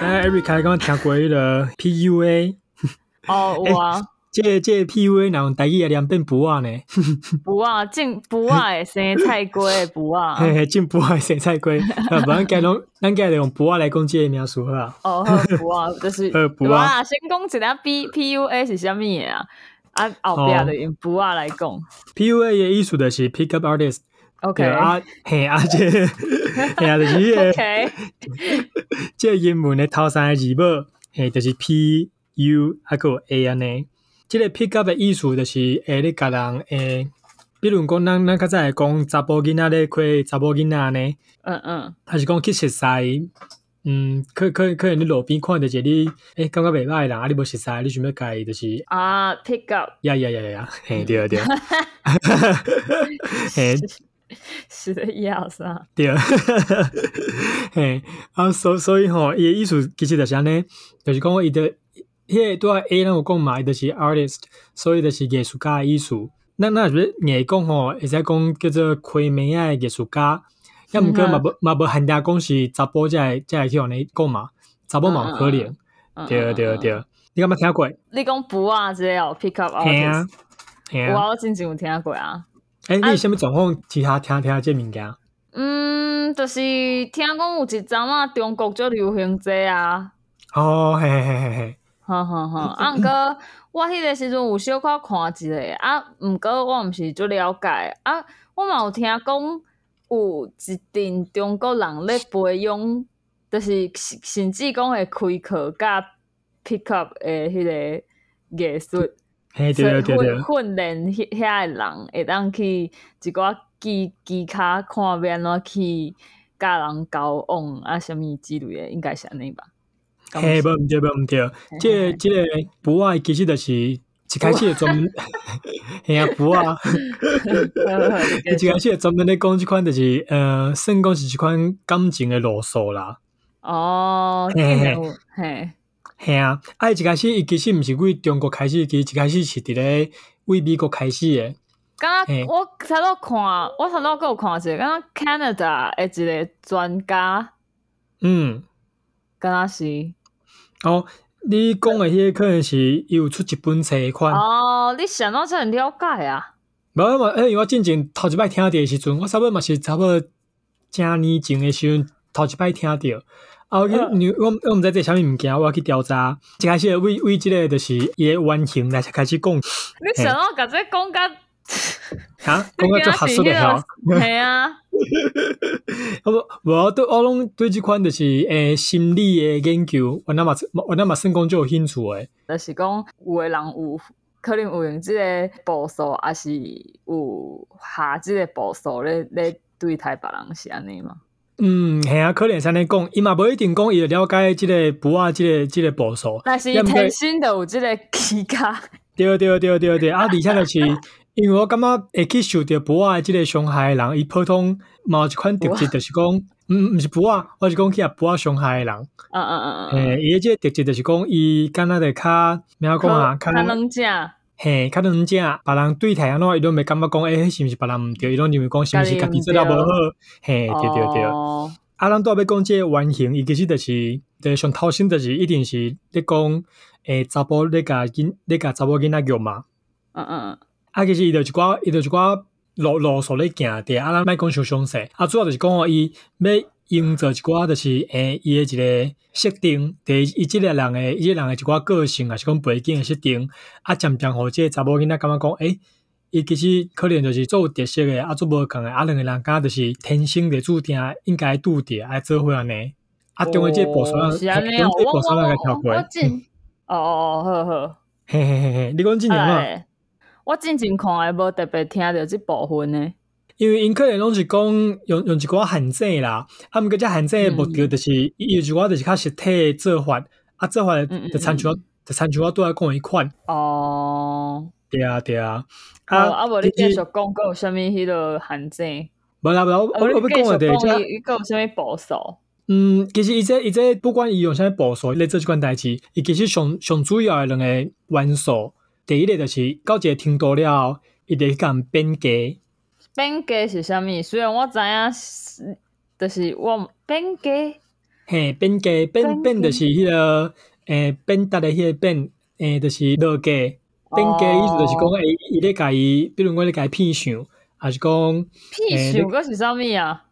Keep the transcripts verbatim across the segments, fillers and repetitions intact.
哎 ，Erica 刚刚听过迄个 P U A。 哦，有啊。 这个这个 P U A 若用台语来念变补啊呢？ 补啊，进补啊的生菜龟补啊。 嘿嘿，进补啊的生菜龟。啊，不然今拢咱今日用补啊来讲这个名词好啊。 哦，好补啊，就是好补啊。 先讲一下 P P U A 是啥物的啊？啊，后壁就用补啊来讲。 P U A 的意思就是 Pick Up Artist。OK。啊，嘿啊，这嘿啊，就是迄个。 OK。 这个英文的头三个字母，嘿，就是 P U 还有 A 安尼。这个 pick up 的意思就是诶，你甲人诶，比如讲咱咱较早会讲查甫囡仔咧开查某囡仔呢， 嗯嗯， 还是讲去熟识，嗯，可可可能你路边看到一个你诶感觉袂歹的人，啊，你无熟识，你想要甲伊就是啊 pick up， 呀呀呀呀呀，嘿对对， 嘿，是的意思啊， 对，嘿，啊，所所以吼，伊的意思其实就是安尼，就是讲伊的。迄个拄仔 A 咱有讲嘛，伊就是 artist， 所以就是艺术家的意思。咱咱若是硬讲吼，会使讲叫做开名仔的艺术家，抑毋过嘛无嘛无限定讲是查甫才会才会去安尼讲嘛，查某嘛有可能。对对对，你敢捌听过？ 你讲补啊，这个 pick up artist， 有啊，我真正有听过啊。 诶，你啥物状况？其他听听这物件？ 嗯，就是听讲有一阵啊，中国足流行这啊。 哦，嘿嘿嘿嘿嘿。 哈哈哈，啊，毋过我迄个时阵有小可看一个，啊，毋过我毋是足了解，啊，我嘛有听讲有一阵中国人咧培养，就是甚至讲会开课甲 pick up 诶迄个艺术， 嘿对对对， 训练遐遐诶人会当去一寡技技巧看要安怎去甲人交往啊，啥物之类诶，应该是安尼吧。 嘿，无毋对，无毋对，即个即个补啊，其实就是一开始专门，嘿啊补啊，一开始专门咧讲即款就是呃，算讲是一款感情的路数啦。 哦，嘿嘿嘿， 嘿啊，啊一开始伊其实毋是为中国开始，其实一开始是伫咧为美国开始的。 敢若我差不多看，我差不多有看一个，敢若 Canada 诶一个专家， 嗯， 敢若是。 哦，你讲的迄个可能是伊有出一本册款。 哦，你想到这很了解啊？ 无嘛，因为我之前头一摆听到的时阵，我差不多嘛是差不多正年前的时阵头一摆听到。啊，我我我毋知这啥物物件，我去调查。一开始为为即个就是伊的原型来开始讲。 你想到甲这讲甲？ 啊，讲甲足学术的吼。 系啊。 我无对我拢对即款就是诶心理的研究，我那嘛我那嘛算讲就有兴趣诶。 就是讲有诶人有可能有用即个步数，还是有下即个步数咧咧对待别人是安尼嘛？ 嗯，系啊，可能是安尼讲，伊嘛无一定讲伊会了解即个步啊，即个即个步数。 但是天生就有即个技巧。 对对对对对，啊，而且就是。因为我感觉会去受到补啊即个伤害的人，伊普通嘛有一款特质，就是讲，毋毋是补啊，我是讲去啊补啊伤害的人。 嗯嗯嗯嗯。 嘿，伊即个特质就是讲，伊敢若着较，咩讲啊？ 较软正。 嘿，较软正，别人对待安怎，伊拢袂感觉讲，诶、欸，是毋是别人毋对？伊拢认为讲，是毋是家己做得无好？嘿，对对对。哦、啊，咱拄仔要讲即个原型，伊其实就是，就是上头先就是一定是咧讲，诶、欸，查甫咧甲囡咧甲查某囡仔育嘛。 嗯嗯嗯。 啊，其实伊就一寡，伊就一寡路路数咧行伫，啊，咱莫讲伤详细。啊，主要就是讲哦，伊要营造一寡，就是诶，伊诶一个设定，伫伊即个人诶，伊即个人诶一寡个性，还是讲背景诶设定，啊，渐渐互即个查某囡仔感觉讲，诶，伊其实可能就是做有特色诶，啊，做无共诶，啊，两个人敢就是天生就注定应该拄着，爱做伙安尼。啊，中间即个步数， 是安尼哦，我我我我真，哦哦哦，好好， 嘿嘿嘿嘿，你讲真正嘛？ 我真正看诶，无特别听到即部分呢。 因为因可能拢是讲用用一寡限制啦，啊，毋过这限制诶目的就是伊有一寡就是较实体做法，啊，做法就参像就参像我拄仔讲迄款。 哦， 对啊对啊。 啊啊，无你继续讲，佫有啥物迄落限制？ 无啦无啦，我我要讲诶， 就是伊佫有啥物步数？ 嗯，其实伊这伊这不管伊用啥物步数来做即款代志，伊其实上上主要诶两个元素。第一个就是到一个程度了后，伊就去甲人变价。 变价是啥物？虽然我知影，就是我变价， 嘿，变价变变就是迄、那个诶变达的迄个变，诶就是落价。变价意思就是讲，诶、哦，伊咧甲伊，比如我咧甲伊骗想，还是讲骗想个是啥物啊？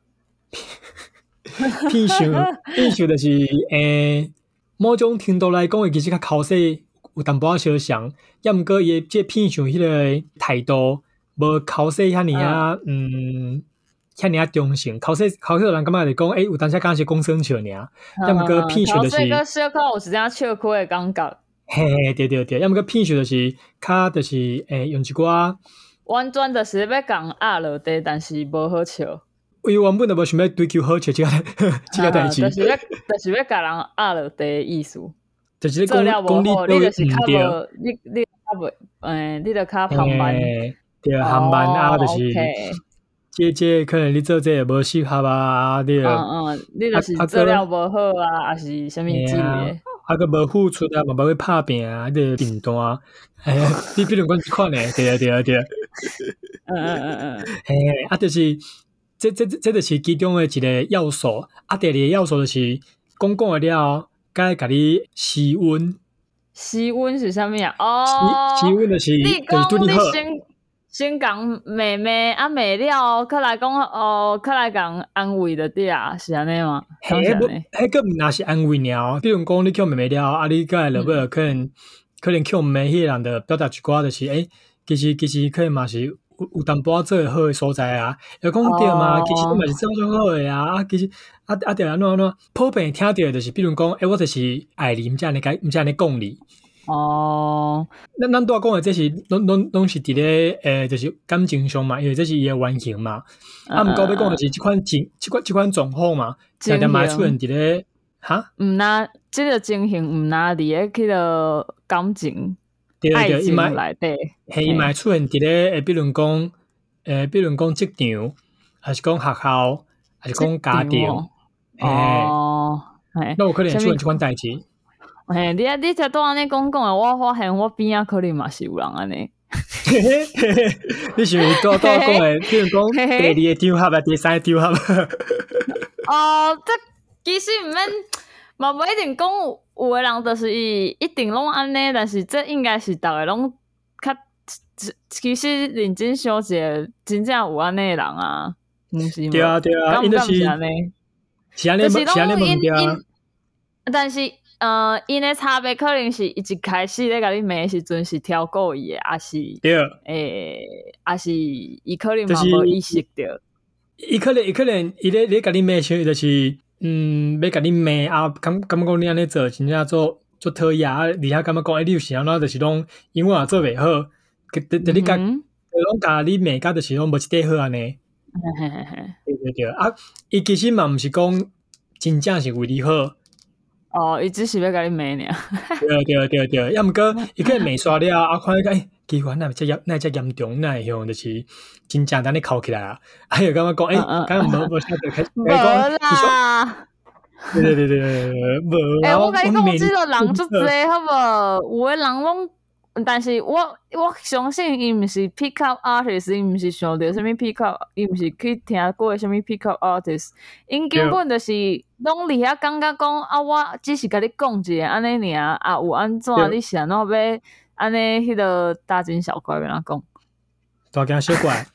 骗想骗想就是诶某种程度来讲，伊其实较口势有淡薄仔相像，抑毋过伊即骗想迄个态度无口势遐尔啊，嗯。遐尔啊中性，口说口说人感觉是讲，诶、欸，有当时敢是讲生笑尔，要么个骗笑就是， 口说个小可有一点笑亏的感觉。 嘿嘿，对对对，要么个骗笑就是，较就是诶、欸，用一寡完全就是要讲压落地，但是无好笑。 伊原本就无想要追求好笑即个即个代志， 就是要就是要甲人压落地的意思。 就是做了无好，你就是较无，你你较无，诶，你就较含慢， 对，含慢啊，就是。这这可能你做这无适合啊，你嗯嗯，你就是做了无好啊，还是啥物之类的， 啊个无付出啊，嘛无去拍拼啊，你订单，哎呀，你比如讲款诶，对啊对啊对啊， 嗯嗯嗯嗯， 嘿，啊就是这这这就是其中诶一个要素，啊第二个要素就是讲讲诶了，该甲你试温， 试温是啥物啊？哦， 试温就是就是对你好。 先讲骂骂啊骂了，佮来讲哦，佮来讲安慰的对啊，是安尼吗？ 嘿，迄个毋若是安慰尔，比如讲你叫骂骂了，啊你个落尾可能、嗯、可能叫骂迄个人的表达一寡，就是诶、欸，其實其實可能嘛是有有淡薄仔做好诶所在啊，又講對嘛，其實你嘛是做做好诶啊，啊其實啊啊對啊，怎怎普遍聽到就是，比如講，誒、欸、我就是愛你，毋才安尼甲毋才安尼講你。 哦， 咱咱拄仔講誒，這是攏攏攏是佇咧誒，就是感情上嘛，因為這是伊誒原型嘛。啊，毋過要講誒是即款情，即款即款狀況嘛，常常嘛出現佇咧，哈？毋若即個情形，毋若佇咧迄個感情、愛情內底， 係伊嘛出現佇咧誒，比如講誒，比如講職場，還是講學校，還是講家庭， 哦，係， 那有可能出現即款代志。 嘿，你啊，你才拄安尼講講誒，我發現我邊仔可能嘛是有人安尼。 你是毋是拄拄講誒？比如講第二個場合啊，第三個場合。 哦，這其實毋免，嘛無一定講有誒人就是伊一定攏安尼，但是這應該是逐個攏較，其實認真想者，真正有安尼誒人啊，毋是嗎？ 對啊對啊，因就是是安尼，是安尼是安尼問題啊。 但是。呃，因誒差別可能是伊一開始咧甲你罵誒時陣是挑故意誒，還是誒，還是伊可能嘛無意識到。 伊可能伊可能伊咧咧甲你罵時，就是嗯，要甲你罵啊，感感覺講你安尼做，真正做做討厭啊，而且感覺講誒，你有時安怎就是講英文也做袂好，就就你甲攏甲你罵甲就是講無一塊好安尼。對對對，啊，伊其實嘛毋是講真正是為你好。 哦，伊只是要甲你罵爾。 對對對對，要毋過伊可能罵煞了，啊，看伊個誒，奇怪，哪會遮嚴，哪會遮嚴重，哪會向就是真正等你哭起來啊！還有感覺講，誒，敢若無無曉得開， 無啦。 對對對對對，無。 誒，我甲你講，即個人足濟，好無？有誒人攏。但是我我相信伊毋是 pick up artist， 伊毋是想到啥物 pick up， 伊毋是去聽過啥物 pick up artist， 因根本就是攏佇遐感覺講啊，我只是甲你講一下安尼爾，啊有安怎你是安怎要安尼迄個大驚小怪要安怎講？ 大驚小怪。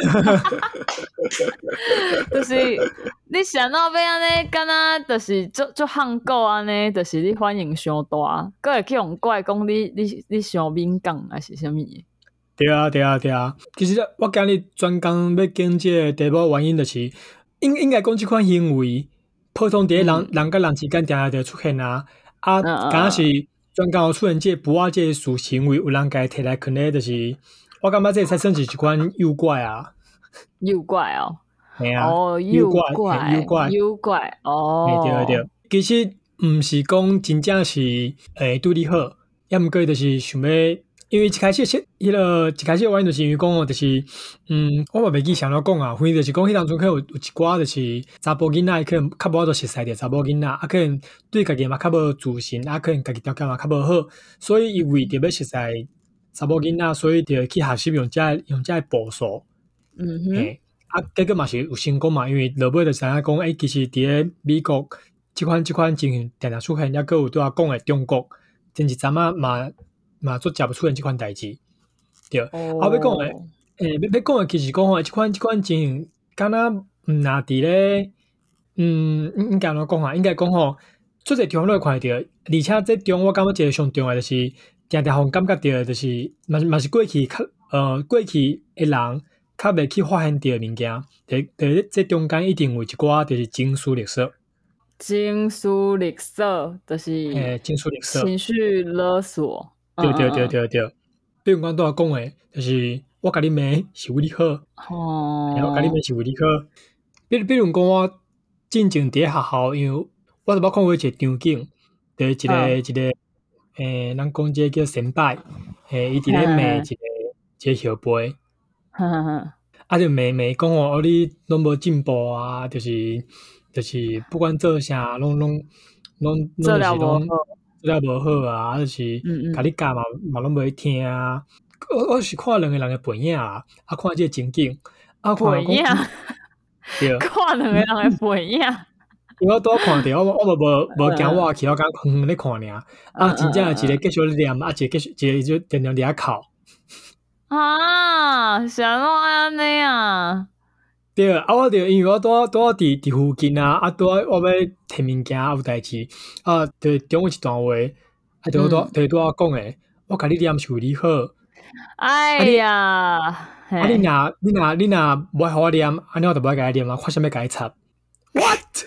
就是你是安怎要安尼，敢若就是足足憨狗安尼，就是你反應傷大，閣會去用怪講你你你傷敏感還是啥物？ 對啊對啊對啊，其實我今日專講要講這個第一原因就是應應該講這款行為，普通佇人、嗯、人甲人之間定定就出現啊，啊，敢若是專講有出現這不啊這個事行為，有人家摕來可能就是我感覺這才算是一款誘拐啊。 誘拐哦， 係啊， 哦， 誘拐，誘拐，誘拐，哦， 對對對，其實毋是講真正是誒對你好，也毋過就是想要，因為一開始迄迄個一開始原因就是因為講就是嗯，我嘛袂記想要講啊，反正就是講迄當中可能有有一寡就是查甫囡仔可能較無法度熟悉着查某囡仔，啊可能對家己嘛較無自信，啊可能家己條件嘛較無好，所以伊為着要熟悉查某囡仔，所以就去學習用遮用遮步數。嗯哼，啊，結果嘛是有成功嘛，因為落尾就知影講，誒，其實佇咧美國一即款即款情形常常出现，抑佫有拄仔讲诶中国，前一阵仔嘛嘛做食不出现即款代志，对。 哦， 啊，要讲诶，诶，要要讲诶，其实讲吼，即款即款情形，敢若毋若伫咧，嗯，应该安怎讲啊？应该讲吼，做者地方都会看得到，而且这中我感觉一个上重要就是，常常互感觉到就是，嘛嘛是过去较呃过去诶人较袂去发现到诶物件，伫伫这中间一定有一寡就是情绪勒索。 情绪勒索就是诶，情绪勒索， 情绪勒索，嗯对对嗯嗯， 对对对。比如讲拄仔讲诶，就是我甲你骂是为你好，嘿，我甲你骂哦， 是为你好。比如比如讲我进前伫咧学校，因为我有捌看过一个场景，就是一个嗯， 一个诶，咱讲即个叫先輩，嘿，伊伫嘿咧骂嘿一个一个后辈， 嘿嘿嘿， 啊，就骂骂讲哦，哦你拢无进步啊，就是就是不管做啥，拢拢拢拢做就是拢了无好， 做了无好啊，啊就是嗯嗯， 甲你教嘛嘛拢无去听啊。我我是看两个人诶背影啊，啊看即个情景，啊看背影， 讲嗯对， 看两个人诶背影， 因为我拄仔看着，我我嘛无无惊嗯我去，我敢远远咧看尔。啊， 嗯嗯真正诶一个嗯继续咧念，啊一个继续一个就定定伫遐哭。 嗯，啊，是安怎爱安尼啊？ 对，啊，我着因为我拄仔拄仔伫伫附近啊，啊，拄仔我要摕物件啊有代志，啊，着中有一段话，啊，着我拄嗯， 着拄仔讲诶，我甲你念是为你好，啊哎你呀， 啊你嘿， 若你若你若无爱互我念，安尼我着无爱甲你念啊，看啥物甲伊插。What?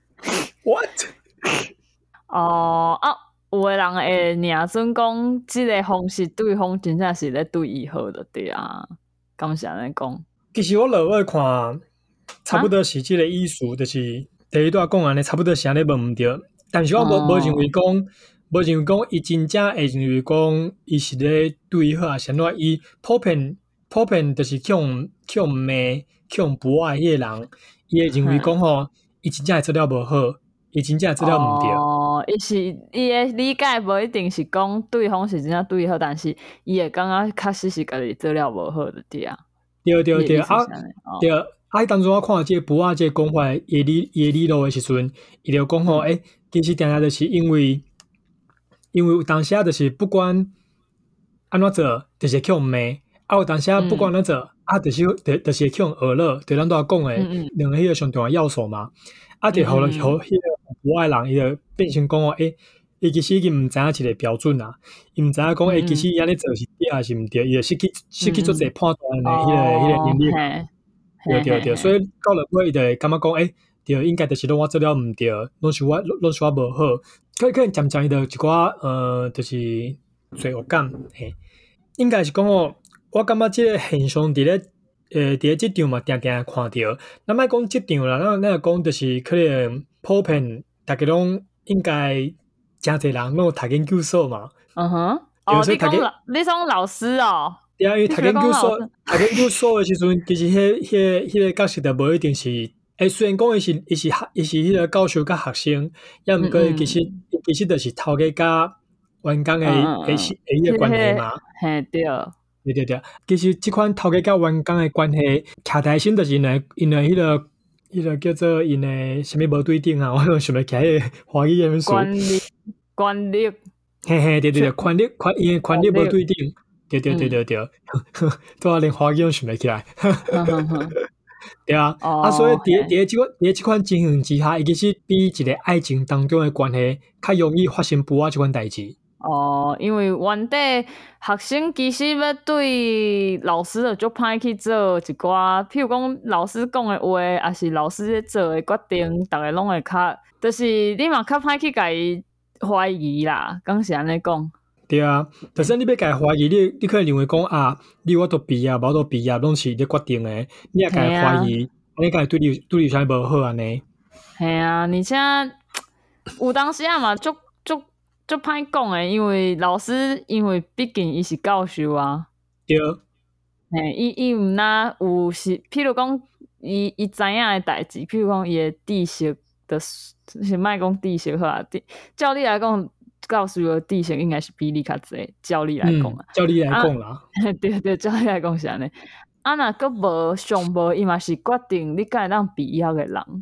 What? 哦啊，有诶人会认准讲，即个方式对方真正是咧对伊好就对啊，敢是安尼讲？ 其实我落尾看，差不哈？ 多是即个意思，就是第一段讲安尼，差不多是安尼无毋对。但是我无无认为哦， 讲，无认为讲伊真正会认为讲伊是咧对伊好，还是安怎？伊普遍普遍就是去互去互骂、去互不爱迄个人，伊会认为哼。 讲吼，伊真正会做了无好，伊真正会做了毋对。 哦，伊是伊诶理解无一定是讲对方是真正对伊好，但是伊会感觉确实是家己做了无好就对啊。 对对对， 伊诶意思啊是安尼，哦， 对，啊，迄当中我看到即个补仔即个讲法，伊理伊诶理路诶时阵，伊就讲吼， 嗯诶，其实定定就是因为。因为有当时啊，就是不管安怎做，就是会去互骂；啊，有当时啊，不管嗯安怎做，啊，就是就就是会去互讹了，就咱拄仔讲诶嗯嗯两个迄个上重要要素嘛。啊，就互互嗯嗯迄个无爱人，伊就变成讲哦，诶，伊其实已经毋知影一个标准啦，伊毋知影讲诶，其嗯嗯实伊安尼做是对还是毋对，伊就失去失去做嗯嗯， 者判断诶迄个迄个哦， 能力。 嘿， 对对对，所嘿嘿嘿， 以到落尾伊就会感觉讲，诶，对，应该就是拢我做了毋对，拢是我拢是我无好。可可能渐渐伊就有一寡呃，就是罪恶感，嘿，应该是讲哦，我感觉即个现象伫咧呃，伫咧即场嘛，定定会看着。咱莫讲即场啦，咱咱讲就是可能普遍，逐个拢应该诚侪人拢有读研究所嘛， 嗯哼， 对， 哦， 所以读研你讲老你讲老师哦， 对啊，因为你是咧读研究所讲老师？ 读研究所诶时阵，其实迄迄个迄个角色就无一定是。诶，虽然讲伊是伊是学伊是迄个教授甲学生，抑毋过伊其实嗯伊其实就是头家甲员工嗯诶嗯嗯， 诶是诶迄个迄个关系嘛。 嘿对， 对对对，其实即款头家甲员工诶关系，徛在身就是因诶因诶迄个迄个叫做因诶啥物无对等啊，我拢想袂起迄个华语诶词。 管理管理嘿嘿，对对对，权力权因诶权力无对等，对对对嗯， 对对，拄仔连华语拢想袂起来。 哼哼哼， 对啊，啊，所以哦， 伫嘿。 伫即款伫即款情形之下，伊其实比一个爱情当中诶关系较容易发生浮啊即款代志。 哦，因为原底学生其实要对老师就足歹去做一寡，譬如讲老师讲诶话，还是老师咧做诶决定，逐个拢会较，就是你嘛较歹去甲伊怀疑啦，讲是安尼讲。 对啊，就算你要家怀疑，你你可能认为讲啊，你我都毕业，无都毕业，拢是你决定诶，你也家嘿啊， 怀疑，安尼家对你对你啥无好安尼？ 嘿啊，而且有当时啊嘛，足足足歹讲诶，因为老师因为毕竟伊是教授啊。 对， 嘿，伊伊毋若有是，譬如讲，伊伊知影诶代志，譬如讲伊诶知识的，是莫讲知识好啊。照理来讲，教授诶知识应该是比你较济。照理来讲嗯， 啊， 照你来讲啦， 对对，照理来讲是安尼。啊，若佫无上无，伊嘛是决定你敢会当毕业诶人。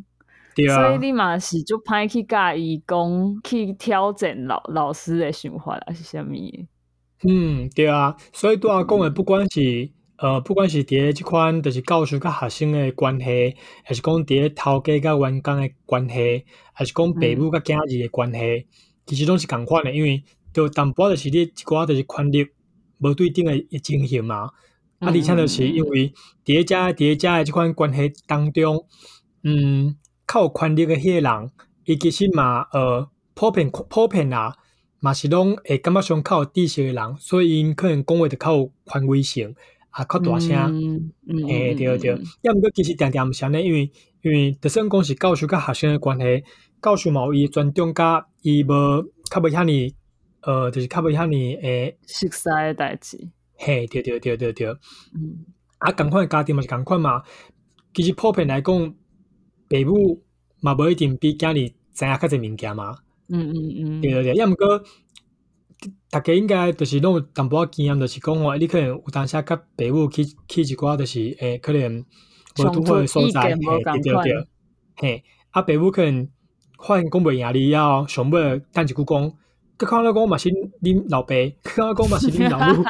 对啊， 所以你嘛是就歹去介意讲去挑战老老师的想法还是啥物的？ 嗯，对啊，所以拄仔讲的，不管是呃，不管是伫咧即款，就是教授甲学生的关系，还是讲伫咧头家甲员工的关系，还是讲爸母甲囝儿的关系，其实拢是共款的，因为就淡薄仔就是你一寡就是权力无对等的情形嘛。啊，而且就是因为伫咧遮伫咧遮的即款关系当中，嗯，较有权力的迄个人，伊其实嘛，呃，普遍普遍啦。嘛是拢会感觉上较有知识诶人，所以因可能讲话就较有权威性，也较大声。 嗯嗯嘿， 嗯对对。 嗯抑毋过其实定定毋是安尼，因为因为就算讲是教授甲学生诶关系，教授嘛有伊尊重甲伊无较无遐尼，呃，就是较无遐尼诶， 熟悉诶代志。 嘿，对对对对对。 嗯啊，共款诶家庭嘛是共款嘛。其实普遍来讲，父母嘛无一定比囝儿知影较侪物件嘛。 嗯嗯嗯， 对对对，抑毋过，大家应该就是拢有淡薄仔经验，就是讲吼，你可能有当时甲父母去去一寡，就是诶，可能无拄好诶所在，嘿，对对对，嘿，啊，父母可能发现讲袂赢你了，上尾等一句讲，佮看到讲嘛是恁老爸，看到讲嘛是恁老母，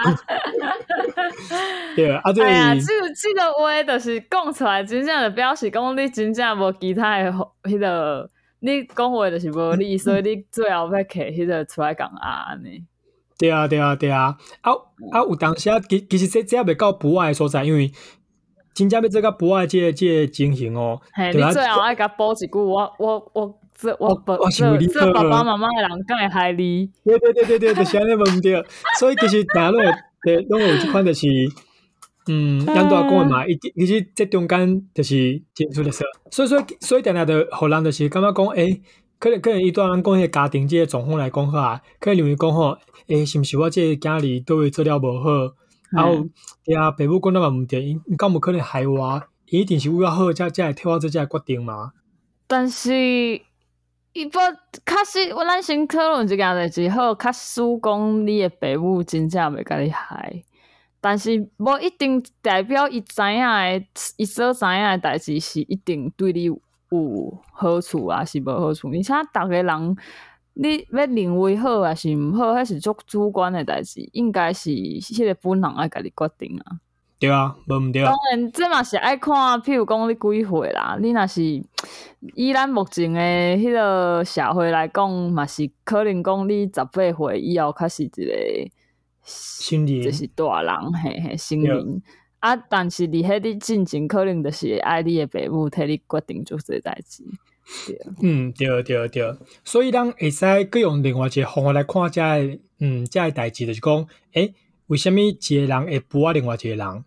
对啊，所哎呀， 以即即个话就是讲出来，真正就表示讲你真正无其他诶，迄个你讲话就是无理，所以你最后要摕迄个出来讲啊安尼。 对啊，对啊，对啊，啊啊，有当时啊，其其实这这也未到不爱诶所在，因为真正要做到不爱即个即个情形哦， 嘿， 对啊， 你最后爱甲补一句，我我我这我我不我是为你好， 这这爸爸妈妈诶人敢会害你？ 对对对对对，就是安尼无毋对。所以其实大家拢有，对，拢有即款就是，嗯，咱拄仔讲诶嘛，伊其实这中间就是真出的事。所以所以所以定定着互人就是感觉讲，诶，可能可能伊对咱讲迄个家庭即个状况来讲好啊，可能认为讲吼，诶，是毋是我即个囝儿倒位做了无好，啊有对啊，父母讲了嘛毋对，因因敢有可能害我？伊一定是为我好，才才会替我做这个决定嘛。 但是伊无较实，我咱先讨论一件代志好，较使讲你诶父母真正袂甲你害，但是无一定代表伊知影诶，伊所知影诶代志是一定对你有好处啊，是无好处。而且逐个人你要认为好还是毋好，迄是足主观诶代志，应该是迄个本人爱家己决定啊。 对啊，无毋对。 当然，这嘛是爱看，譬如讲你几岁啦。你若是以咱目前诶迄个社会来讲，嘛是可能讲你十八岁以后，较是一个心灵就是大人，嘿嘿，心灵。啊，但是伫迄你进前，可能就是爱你诶父母替你决定做这代志。对， 嗯，对对对，所以咱会使佮用另外一个方法来看遮个，嗯，遮个代志，就是讲，诶，为虾米一个人会扶啊另外一个人？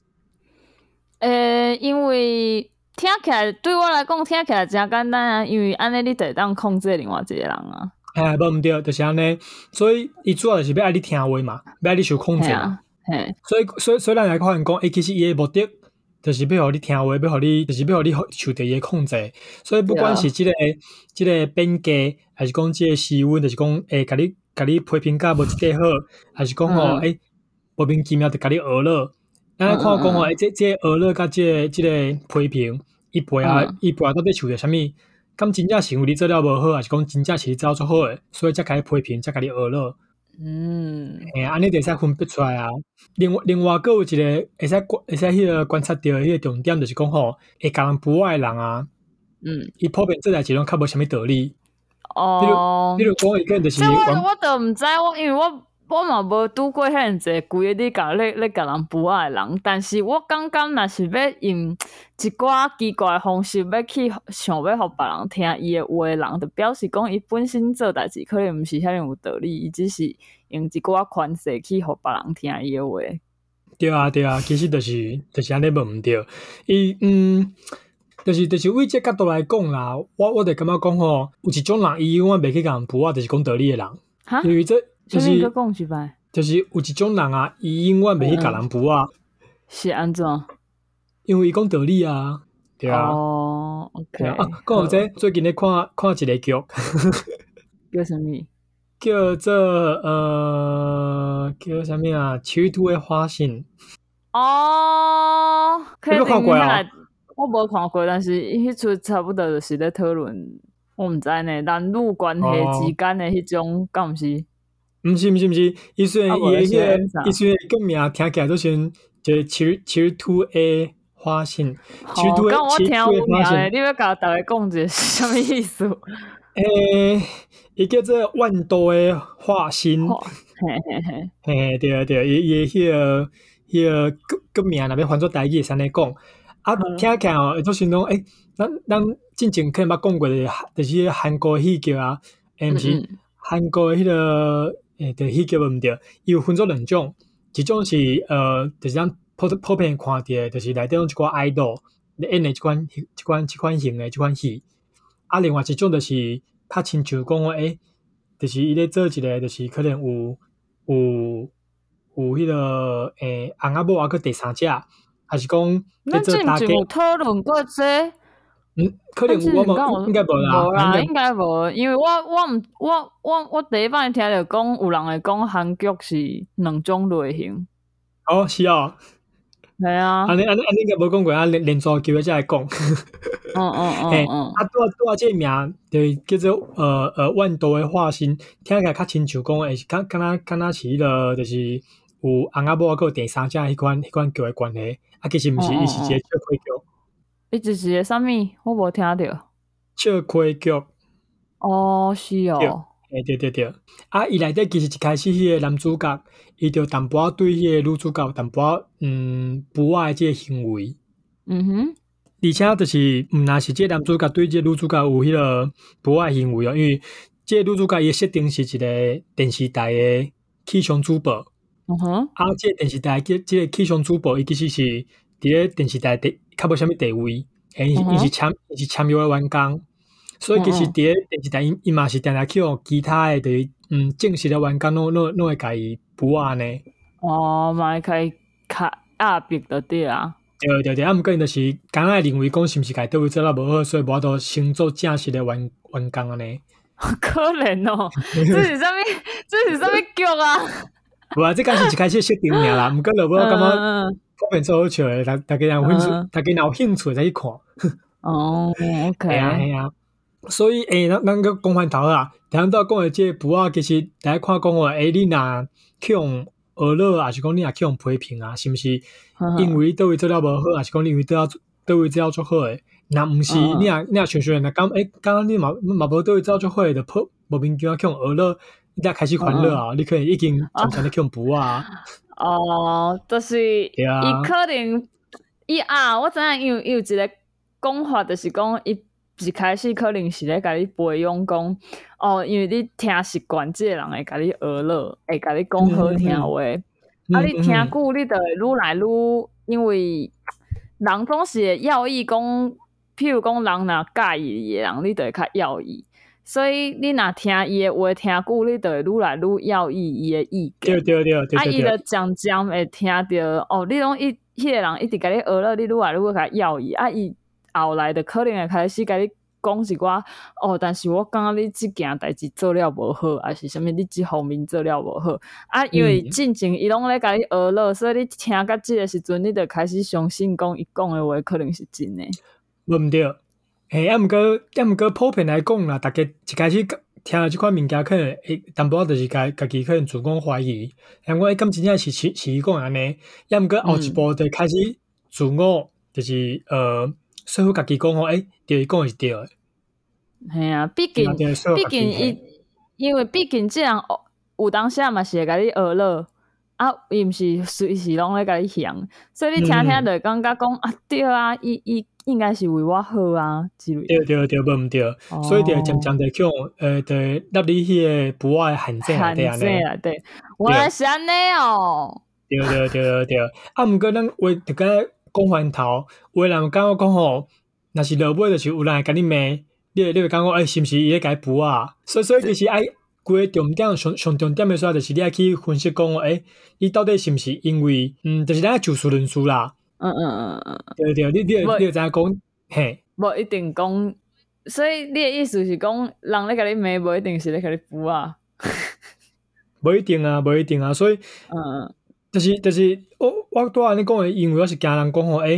诶、因为听起来对我来讲，听起来真简单啊，因为安尼你就会当控制另外一个人啊。 哎，无毋对，就是安尼。所以伊主要就是要爱你听话嘛，要爱你受控制嘛。 嘿， 所以所以所以咱来发现讲，诶，其实伊诶目的就是要互你听话，要互你，就是要互你受着伊诶控制。所以不管是即、这个即、这个变价，还是讲即个时温，就是讲，诶，甲你甲你批评甲无一块好，还是讲吼，诶、莫名其妙就甲你学了。咱来看讲吼，诶，即即学了甲即个即个批评，伊背啊，伊背啊到底受着啥物？咁真正是因为你做了无好，还是讲真正是你做做好诶，所以才甲你批评，才甲你学了。 嗯， 嘿，安尼就会使分别出来啊。另外，另外，佫有一个会使会使迄个观察到迄个重点，就是讲吼，会甲人扶爱的人啊， 嗯， 伊普遍做代志拢较无啥物道理。 哦， 比如，比如讲，伊个人就是这我我都毋知，我因为我我嘛无拄过遐尼济规个你甲咧咧甲人扶爱的人，但是我感觉若是要用一寡奇怪的方式要去想要互别人听伊的话的人，就表示讲伊本身做代志可能毋是遐尼有道理，伊只是用一寡权势去互别人听伊的话。 对啊，对啊，其实就是就是安尼无毋对。伊嗯，就是就是为这角度来讲啦，我我就感觉讲吼，有一种人伊永远袂去甲人扶啊，就是讲道理的人。 哈？ 因为这就是啥物讲一摆？ 就是有一种人啊，伊永远袂去甲人扶啊。 是安怎？ 因为伊讲道理啊，对啊。 哦 ，OK。 啊，讲到这，最近咧看看一个剧， 叫啥物？ 叫做呃叫啥物啊？囚徒的花信。 哦， 你有看过啊？ 我无看过，但是迄出差不多就是咧讨论，我毋知呢，男女关系之间的迄种，敢毋是？ 毋是毋是毋是，伊虽然伊诶迄个，伊虽然个名听起来都像就 tier tier two A 花信，tier two A 哦，我听有名诶，你要甲大家讲者是啥物意思？ 诶，伊叫做万多诶花心， 嘿嘿嘿， 嘿对对，伊伊迄个迄个个个名若要翻做台语，会安尼讲。啊，听起来哦，都是讲诶，咱咱之前可能捌讲过的，就是韩国戏剧啊，诶，毋是韩国迄个诶，对戏剧无毋对，伊有分做两种，一种是呃，就是咱普普遍看到诶，就是内底种一寡 idol 演诶即款即款即款型诶即款戏，啊，另外一种就是较亲像讲诶，就是伊咧做一个，就是可能有有有迄个诶，翁仔某啊，佮第三者。还是讲， 咱之前有讨论过这， 嗯，可能有我无，应该无啦， 无啦，应该无，因为我我毋我我我第一摆听着讲，有人会讲韩剧是两种类型。 哦，是哦， 系啊， 安尼安尼安尼应该无讲过啊，连连续剧才会讲。 嗯嗯嗯嗯， 啊，拄啊拄啊，这名就叫做呃呃万多诶化身，听起来较亲像讲诶，是敢敢若敢若是迄个，就是有翁仔某啊，佮第三者迄款迄款剧诶关系。啊，其实毋是，伊是一个笑亏剧。 伊就是个啥物？我无听着。 笑亏剧。 哦，是哦。 诶，对对对。啊，伊内底其实一开始迄个男主角，伊就淡薄仔对迄个女主角淡薄仔嗯不爱即个行为。 嗯哼。 而且就是毋若是即个男主角对即个女主角有迄个不爱行为哦，因为即个女主角伊诶设定是一个电视台诶气象主播。 嗯哼， 啊，即个电视台，即即个气象主播，伊其实是伫咧电视台地较无啥物地位，诶，伊伊是签伊是签约诶员工，所以其实伫咧电视台，伊伊嘛是定定去互其他诶，就是嗯正式诶员工，拢拢拢会甲伊补啊呢。 哦，嘛会甲伊较压迫着对啊。 对对对，啊，毋过因就是敢若认为讲是毋是家倒位做得无好，所以无法度先做正式诶员员工安尼。 可怜哦，这是啥物？这是啥物剧啊？ 无啊，这敢是一开始设定尔啦，毋过落尾我感觉普遍做好笑诶，逐逐个人有兴趣，逐个人有兴趣才去看。 哦 ，OK。 系啊系啊，所以诶，咱咱个讲翻头啊，听到讲诶，即个补啊，其实大家看讲话，诶，你若去用学乐，还是讲你若去用批评啊，是毋是因为倒位做了无好，还是讲你因为倒倒位做了足好诶？若毋是，你若你若想想，若讲诶，刚刚你嘛嘛无倒位做了足好诶，就破莫名其妙去用学乐。你才开始烦恼啊！你可能已经渐渐咧去用补啊。 哦，就是伊可能伊啊，我知影伊有伊有一个讲法，就是讲伊一开始可能是咧甲你培养讲，哦，因为你听习惯即个人会甲你学乐，会甲你讲好听话，啊，你听久你就会愈来愈，因为人总是会要伊讲，譬如讲人若介意伊诶人，你就会较要伊。所以你若听伊诶话听久，你就会愈来愈要伊伊诶意见。对对对对对。 啊，伊就渐渐会听着哦，你拢伊迄个人一直甲你学了，你愈来愈甲要伊。啊，伊后来就可能会开始甲你讲一寡哦，但是我感觉你即件代志做了无好，还是啥物你即方面做了无好。啊，因为进前伊拢咧甲你学了，所以你听到即个时阵，你就开始相信讲伊讲诶话可能是真诶。 无毋对。嘿，啊，毋过啊，毋过普遍来讲啦，逐个一开始听到即款物件，可能会淡薄仔就是家家己可能自我怀疑，因为敢真正是是是伊讲安尼，啊，毋过后一步就开始自我就是呃说服家己讲吼，诶，对伊讲诶是对诶。 系啊，毕竟毕竟伊，因为毕竟即人有当时嘛是会甲你学了，啊，伊毋是随时拢咧甲你嫌，所以你听听就感觉讲啊，对啊，伊伊。应该是为我好啊之类。 对对对，无毋对，所以就渐渐就叫呃，就纳你迄个不爱限制内底安尼。 限制内底，原来是安尼哦。 对对对对对，啊，毋过咱话就甲讲翻头，有诶人感觉讲吼，若是落尾就是有人会甲你骂，你你会感觉诶，是毋是伊咧甲伊补啊？所以所以其实爱规个重点上上重点诶说，就是你爱去分析讲诶，你到底是毋是因为嗯，就是咱就事论事啦。 嗯嗯嗯嗯， 对对，你你你会知影讲，嘿， 无一定讲，所以你诶意思是讲，人咧甲你骂，无一定是咧甲你补啊。 无一定啊，无一定啊，所以， 嗯， 就是就是我我拄仔你讲诶，因为我是惊人讲吼，诶，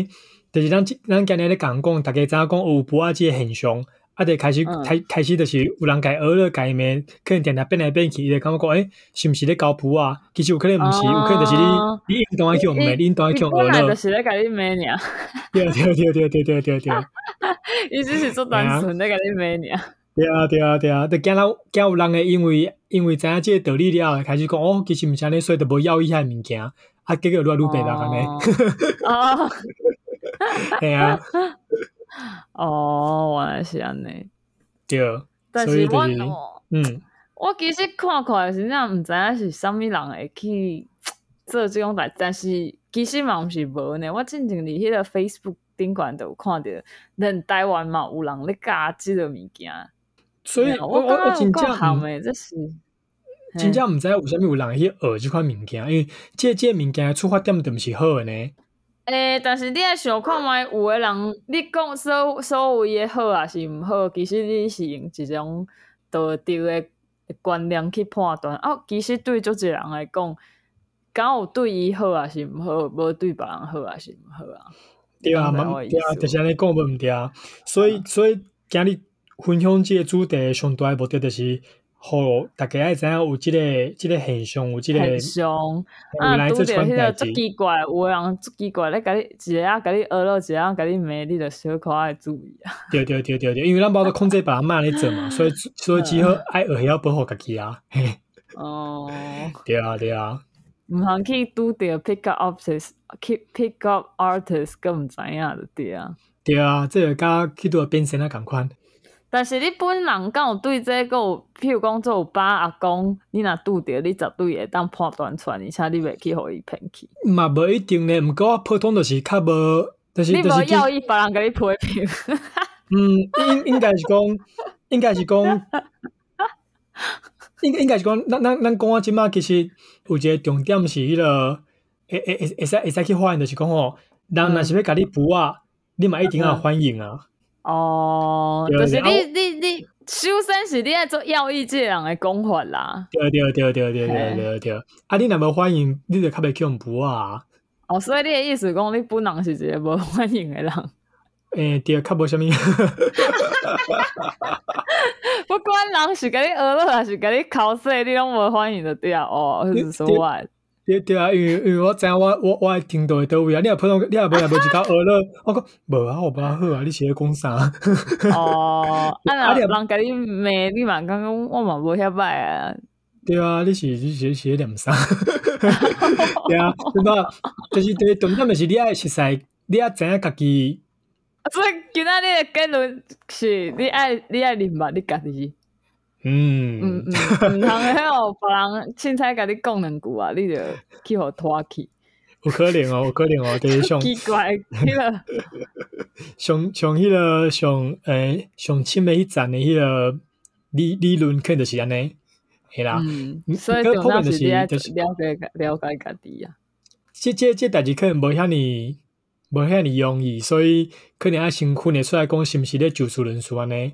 就是咱咱今日咧讲讲，大家知影讲有补啊即个现象，啊，就开始、嗯、开开始就是有人家学了家面，可能定定变来变去，伊就感觉讲，诶、欸，是毋是咧交补啊？其实有可能毋是，哦、有可能就是你你运动爱去用骂，你运动爱去用学了。 本来就是咧甲你骂尔。 对对对对对对对对。 伊只是做单纯咧甲你骂尔。 对啊对啊对啊，就惊有惊有人会因为因为知影即个道理了，开始讲哦，其实毋是安尼，所以就无要伊遐物件，啊，结果愈来愈白白安尼。 哦。 系啊。 哦，原来是安尼。 对。 但是我、就是、 嗯， 我其实看看真正毋知影是啥物人会去做即种代，但是其实嘛毋是无呢。我之前伫迄个 Facebook 顶悬就有看到，咱台湾嘛有人咧教即个物件。 所以， 我我我真正行诶，这是真正毋知有啥物有人去学即款物件，因为即即物件出发点就毋是好诶呢。 诶、欸，但是你爱想看觅有诶人，你讲所所有伊诶好啊是毋好，其實你是用一種道德诶觀念去判斷。啊，其實對足儕人來講，敢有對伊好啊是毋好，無對別人好啊是毋好啊。 对啊，嘛对啊，就是安尼講無毋對啊。所以所以今日分享即個主題上大誒目的就是。互大家愛知影有即、這個即、這個現象，有即、這個現象啊，拄着迄個足奇怪，有的人足奇怪咧，甲你一個仔甲你學了，一個仔甲你罵，你著小可愛注意啊。 對對對對對，因為咱無得控制別人罵咧做嘛，所以所以只好愛學曉保護家己啊。 哦， 對啊對啊， 毋通去拄着 pick up artist，pick up artist， 佮毋知影就對啊。 對啊，這個甲去拄變身啊共款。 但是你本人敢有對這個有，譬如講做有爸阿公，你若拄着，你絕對會當判斷出來，而且你袂去互伊騙去。 嘛無一定呢，毋過我普通就是較無，就是、 你無要伊別人甲你批評。 嗯，應應該是講，應該是講，應應該是講，咱咱咱講啊，即馬其實有一個重點是迄、那個，會會會會使會使去發現，就是講吼，人若是要甲你補啊，嗯、你嘛一定要歡迎啊。 哦，就是你你你首先是你愛做要意即個人誒講法啦。 對對對對對對對對。啊，你若無歡迎，你就較袂去用補啊。哦， 所以你誒意思講，你本人是一個無歡迎誒人。誒、 欸，對，較無啥物。 不管人是甲你學了，還是甲你考試，你攏無歡迎就對啊。哦，是所謂。 對對啊，因為因為我知影我我我誒程度會倒位啊，你若普通，你若無若無一口學了，我講無啊，我無好啊，你是咧講啥？哦， 啊，若人甲你罵，你嘛講講我嘛無遐歹啊。 對啊，你是你是是咧念啥？對啊，對吧？就是對重點就是你愛熟悉，你愛知影家己。 所以今仔日誒結論是你愛你愛認捌你家己。嗯嗯嗯，唔通喺度別人凊彩甲你講兩句啊，你就去互拖去。 有可能哦，有可能哦，就是上奇怪，迄個上上迄個上誒上深誒迄站誒迄個理理論，可能就是安尼，係啦。 嗯，所以重要是你愛了解了解家己啊。 即即即代誌可能無遐爾無遐爾容易，所以可能愛先訓練出來講，是毋是咧就事論事安尼。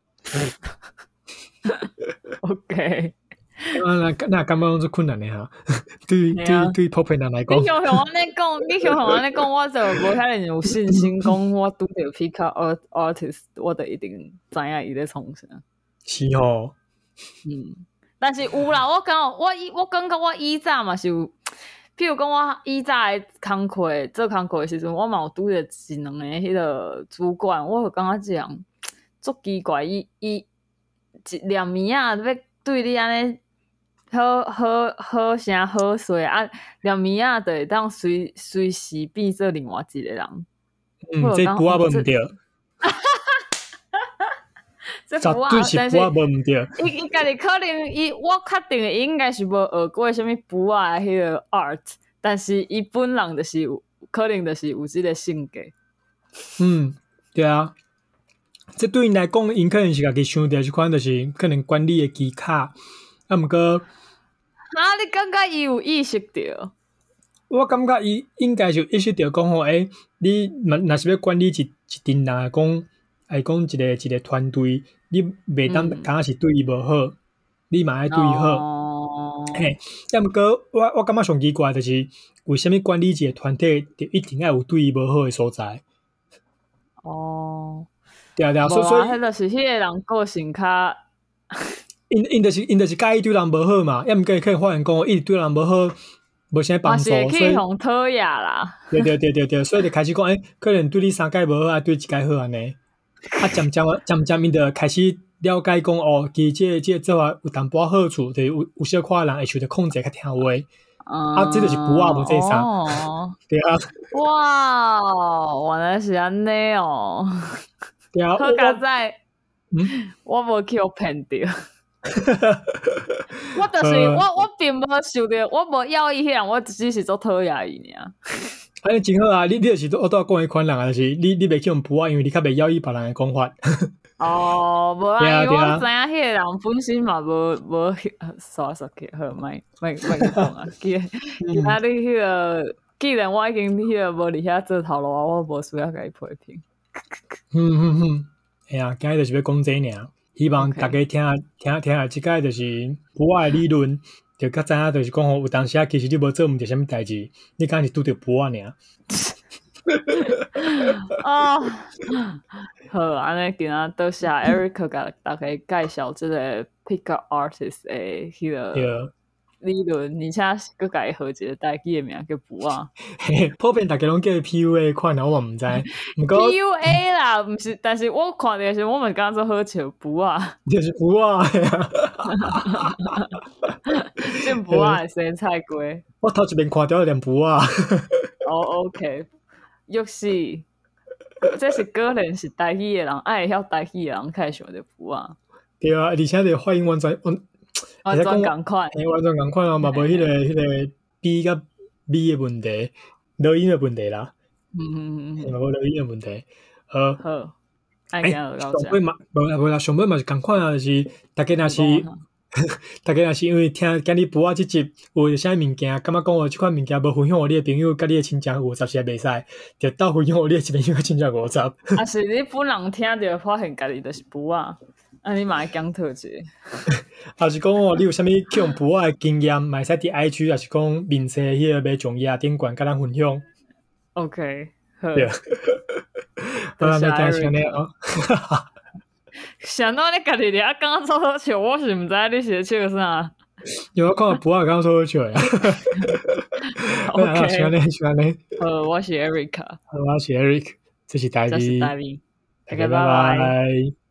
OK， 啊，那那感覺攏是困難的哈。對對對，普遍人來講， 你像像我咧講，你像像我咧講，我就無遐爾有信心講，我拄着 pick up artist， 我就一定知影伊咧創啥。 是吼， 嗯，但是有啦，我感覺我以我感覺我以前嘛是有，譬如講我以前誒工課做工課誒時陣，我嘛有拄着一兩個迄個主管，我就感覺這樣足奇怪，伊伊。一念面啊，要對你安尼好好好聲好勢啊，念面啊，就會當隨隨時變做另外一個人。 嗯，這補啊無毋對。 這補啊， 但是補啊無毋對。 伊伊家己可能伊，我確定伊應該是無學過啥物補啊迄個 art， 但是伊本人就是有可能就是有這個性格。嗯， 對啊。這對因來講，因可能是家己想到即款，就是可能管理誒技巧。啊，毋過， 啊，你感覺伊有意識到？ 我感覺伊應該就意識到講吼，誒，你若是要管理一一群人來講，來講一個一個團隊，你袂當敢若是對伊無好，嗯、你嘛愛對伊好。哦、嘿，啊，毋過我我感覺上奇怪，就是為蝦米管理一個團體，就一定愛有對伊無好誒所在？ 哦， 对啊对啊，所以无啊， 所以迄就是迄个人个性较， 因因就是因就是介意对人无好嘛，要毋过可以发现讲伊对人无好，无啥帮助， 嘛是会所以去互讨厌啦。 对对对对对，所以就开始讲，诶、欸，可能对你三界无好，啊对一界好安尼，啊渐渐渐渐因就开始了解讲，哦，其实这这做法有淡薄好处，就是有有小可人会受着控制较听话，啊，这就是不啊无这啥， 哦， 对啊， 哇，原来是安尼哦。 对啊， 好我我佳在， 嗯， 我无去互骗着。我就是呃， 我，我并无受着，我无要伊迄人，我只是做讨厌伊尔。 安尼真好啊！你你就是我拄仔讲迄款人啊，就是你你袂去用补啊，因为你较袂要伊别人诶讲法。 哦，无对啊，因为我啊对啊， 知影迄个人本身嘛无无刷刷去，好，莫莫莫讲啊。其其他你迄个，既然我已经迄个无伫遐做头路啊，我无需要甲伊批评。 嗯嗯嗯，哎呀，今日就是要讲这尔，希望 OK 大家听下听下听下，即个就是补啊诶理论，就较知影就是讲吼，有当时啊，其实你无做毋着啥物代志，你敢是拄着补啊尔。 哦，好，安尼今仔多谢 Eric 甲大家介绍即个 Pickup Artist 诶迄对， 个理论，而且佫甲伊号一个台语诶名叫补啊。 嘿，普遍大家拢叫伊 P U A 款啊，我嘛毋知，毋过 P U A 啦，毋是，但是我看着时，我嘛感觉做好笑补啊， 就是补啊，嘿啊即补啊诶生菜瓜。 我头一遍看到连补啊。 哦，OK，又是，这是个人是台语诶人，爱会晓台语诶人开始想着补啊， 对啊，而且个发音完全完， 完全共款。 嘿，完全共款啊，嘛无迄个迄个 B 甲 B 诶问题，录音诶问题啦， 嗯嗯嗯嘿， 嗯， 嘛无录音诶问题。好， 好，爱诶， 今日到这。 上尾嘛，无啦无啦，上尾嘛是共款啊，就是大家若是你讲大家若是因为听今日播啊即集有啥物件，感觉讲哦，即款物件无分享互你诶朋友，甲你诶亲戚五十是袂使，着斗分享互你诶一朋友甲亲戚五十。 啊，是你本人听着发现家己就是补啊，啊，你嘛会检讨者。 还是讲哦，你有啥物去用补啊诶经验，嘛会使伫 I G 还是讲面册迄个买종이아顶管甲咱分享。 OK，好， 对，好啦， 多谢那今日先安尼 Eric。 哦。 想到你家己俩刚刚做好笑，我是毋知你是笑啥。 有我看到补啊，刚刚说好笑呀。好啦，先安 OK， 尼，先安尼。 好，我是 Erica， 好，我是 Eric，这是台这是语， 大力，大大家拜家拜拜。 拜。